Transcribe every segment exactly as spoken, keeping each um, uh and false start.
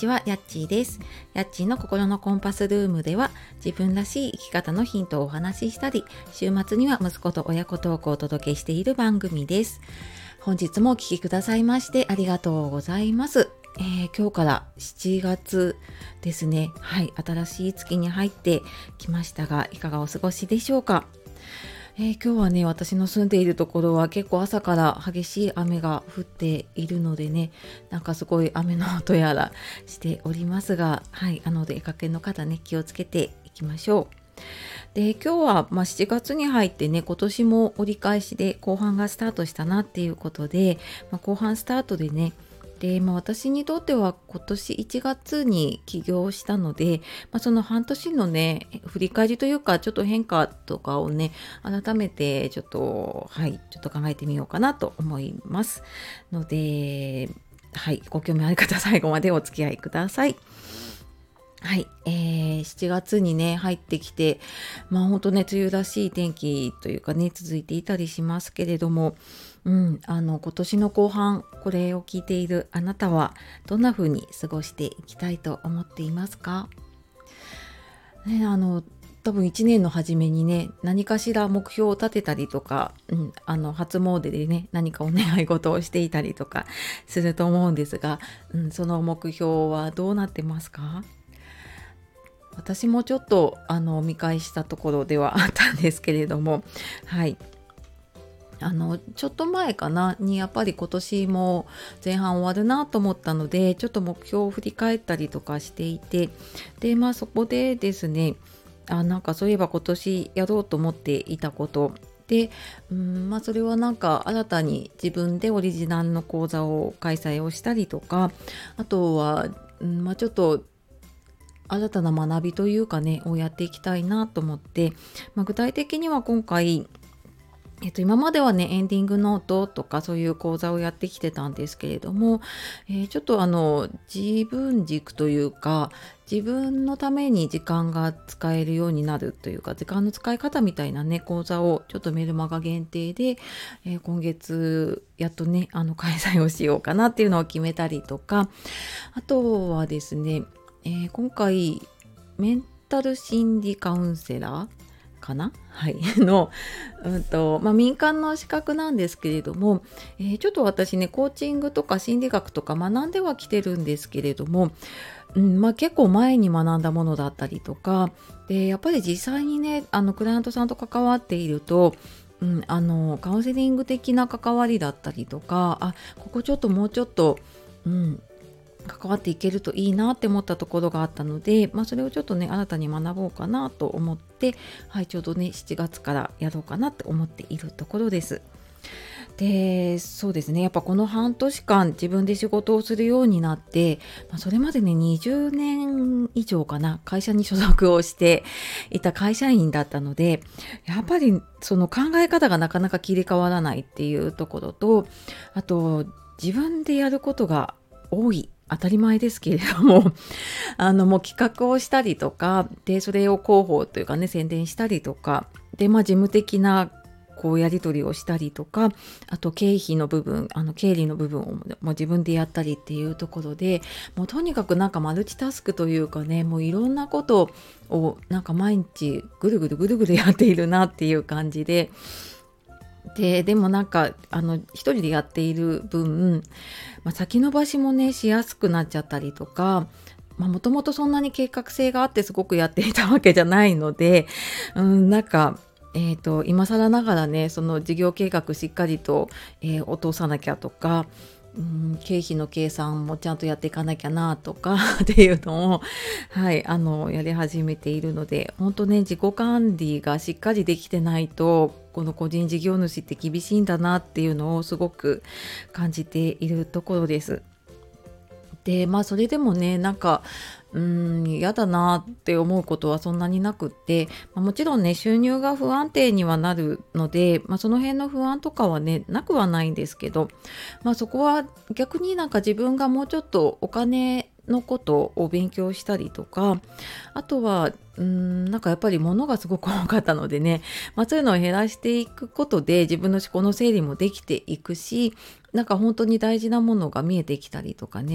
ちは、やっちーです。やっちーの心のコンパスルームでは、自分らしい生き方のヒントをお話ししたり、週末には息子と親子トークをお届けしている番組です。本日もお聞きくださいましてありがとうございます。えー、今日からしちがつですね。はい、新しい月に入ってきましたが、いかがお過ごしでしょうか。えー、今日はね、私の住んでいるところは結構朝から激しい雨が降っているのでね、なんかすごい雨の音やらしておりますが、はい、あのお出かけの方ね、気をつけていきましょう。で、今日は、まあ、しちがつに入ってね、今年も折り返しで後半がスタートしたなっていうことで、まあ、後半スタートでね、で、まあ、私にとっては今年いちがつに起業したので、まあ、その半年のね振り返りというかちょっと変化とかをね改めてちょっとはいちょっと考えてみようかなと思いますので、はいご興味ある方最後までお付き合いください。はい、えー、しちがつにね入ってきて、まあ本当ね梅雨らしい天気というかね続いていたりしますけれども、うん、あの今年の後半これを聞いているあなたはどんな風に過ごしていきたいと思っていますか？ね、あの多分いちねんの初めにね何かしら目標を立てたりとか、うん、あの初詣でね何かお願い事をしていたりとかすると思うんですが、うん、その目標はどうなってますか？私もちょっとあの見返したところではあったんですけれども、はいあのちょっと前かなにやっぱり今年も前半終わるなと思ったのでちょっと目標を振り返ったりとかしていて、でまあそこでですねあなんかそういえば今年やろうと思っていたことで、うんまあ、それはなんか新たに自分でオリジナルの講座を開催をしたりとか、あとは、うんまあ、ちょっと新たな学びというかねをやっていきたいなと思って、まあ、具体的には今回、えっと、今まではねエンディングノートとかそういう講座をやってきてたんですけれども、えーちょっとあの自分軸というか自分のために時間が使えるようになるというか時間の使い方みたいなね講座をちょっとメルマガ限定で、えー今月やっとねあの開催をしようかなっていうのを決めたりとか、あとはですねえー今回メンタル心理カウンセラーかな、はいの、うんとまあ、民間の資格なんですけれども、えーちょっと私ねコーチングとか心理学とか学んではきてるんですけれども、うんまあ、結構前に学んだものだったりとかで、やっぱり実際にねあのクライアントさんと関わっていると、うん、あのカウンセリング的な関わりだったりとか、あここちょっともうちょっと、うん関わっていけるといいなって思ったところがあったので、まあ、それをちょっとね新たに学ぼうかなと思って、はい、ちょうどねしちがつからやろうかなって思っているところです。でそうですねやっぱこの半年間自分で仕事をするようになって、まあ、それまでねにじゅうねん以上かな会社に所属をしていた会社員だったので、やっぱりその考え方がなかなか切り替わらないっていうところと、あと自分でやることが多い当たり前ですけれどもあのもう企画をしたりとかでそれを広報というかね宣伝したりとかで、まあ、事務的なこうやり取りをしたりとか、あと経費の部分あの経理の部分をもう自分でやったりっていうところで、もうとにかくなんかマルチタスクというかねもういろんなことをなんか毎日ぐるぐるぐるぐるやっているなっていう感じで、ででもなんかあの一人でやっている分、まあ、先延ばしもねしやすくなっちゃったりとか、もともとそんなに計画性があってすごくやっていたわけじゃないので、うん、なんか、えーと、今更ながらねその事業計画しっかりと、えー落とさなきゃとか、うん、経費の計算もちゃんとやっていかなきゃなとかっていうのを、はい、あのやり始めているので、本当ね自己管理がしっかりできてないとこの個人事業主って厳しいんだなっていうのをすごく感じているところです。でまあそれでもねなんかうーん嫌だなって思うことはそんなになくって、まあ、もちろんね収入が不安定にはなるので、まあ、その辺の不安とかはねなくはないんですけど、まあ、そこは逆になんか自分がもうちょっとお金のことを勉強したりとか、あとはうーんなんかやっぱり物がすごく多かったのでね、まあ、そういうのを減らしていくことで自分の思考の整理もできていくし、なんか本当に大事なものが見えてきたりとかね、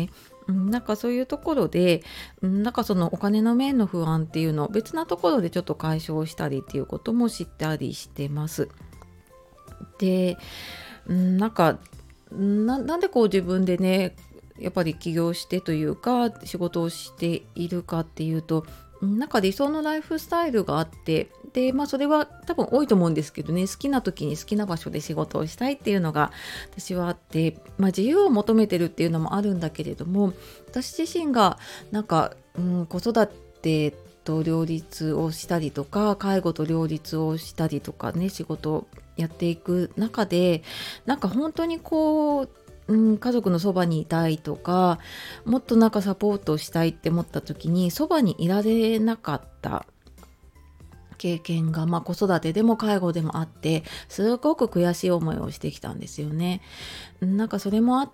うん、なんかそういうところで、うん、なんかそのお金の面の不安っていうのを別なところでちょっと解消したりっていうことも知ったりしてます。で、うん、なんかななんでこう自分でねやっぱり起業してというか仕事をしているかっていうと、うんなんか理想のライフスタイルがあって、でまあそれは多分多いと思うんですけどね、好きな時に好きな場所で仕事をしたいっていうのが私はあって、まあ自由を求めてるっていうのもあるんだけれども、私自身がなんか、うん、子育てと両立をしたりとか介護と両立をしたりとかね、仕事をやっていく中でなんか本当にこう、うん、家族のそばにいたいとか、もっとなんかサポートしたいって思った時にそばにいられなかった経験が、まあ、子育てでも介護でもあって、すごく悔しい思いをしてきたんですよね。なんかそれもあって、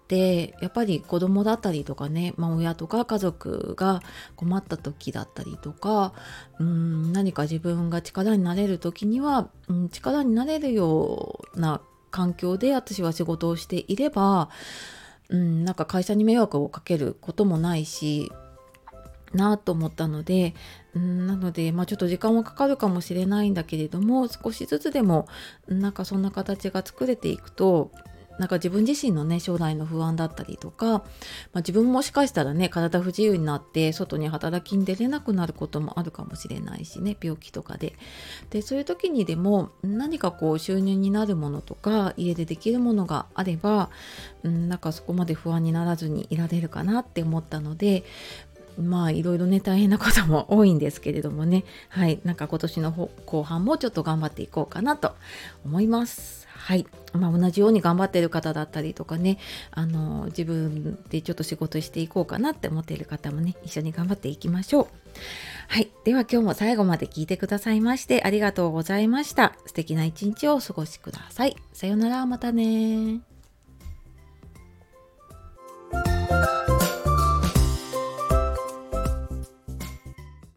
やっぱり子供だったりとかね、まあ、親とか家族が困った時だったりとか、うん、何か自分が力になれる時には、うん、力になれるような環境で私は仕事をしていれば、うん、なんか会社に迷惑をかけることもないし、なと思ったので、うん、なので、まあ、ちょっと時間はかかるかもしれないんだけれども、少しずつでもなんかそんな形が作れていくと、なんか自分自身のね将来の不安だったりとか、まあ、自分もしかしたらね体不自由になって外に働きに出れなくなることもあるかもしれないしね、病気とかで。でそういう時にでも何かこう収入になるものとか家でできるものがあれば、うん、なんかそこまで不安にならずにいられるかなって思ったので、まあいろいろね大変なことも多いんですけれどもね、はい、なんか今年の後半もちょっと頑張っていこうかなと思います。はい、まあ、同じように頑張っている方だったりとかね、あの自分でちょっと仕事していこうかなって思っている方もね、一緒に頑張っていきましょう。はい、では今日も最後まで聞いてくださいましてありがとうございました。素敵な一日をお過ごしください。さようなら、またね。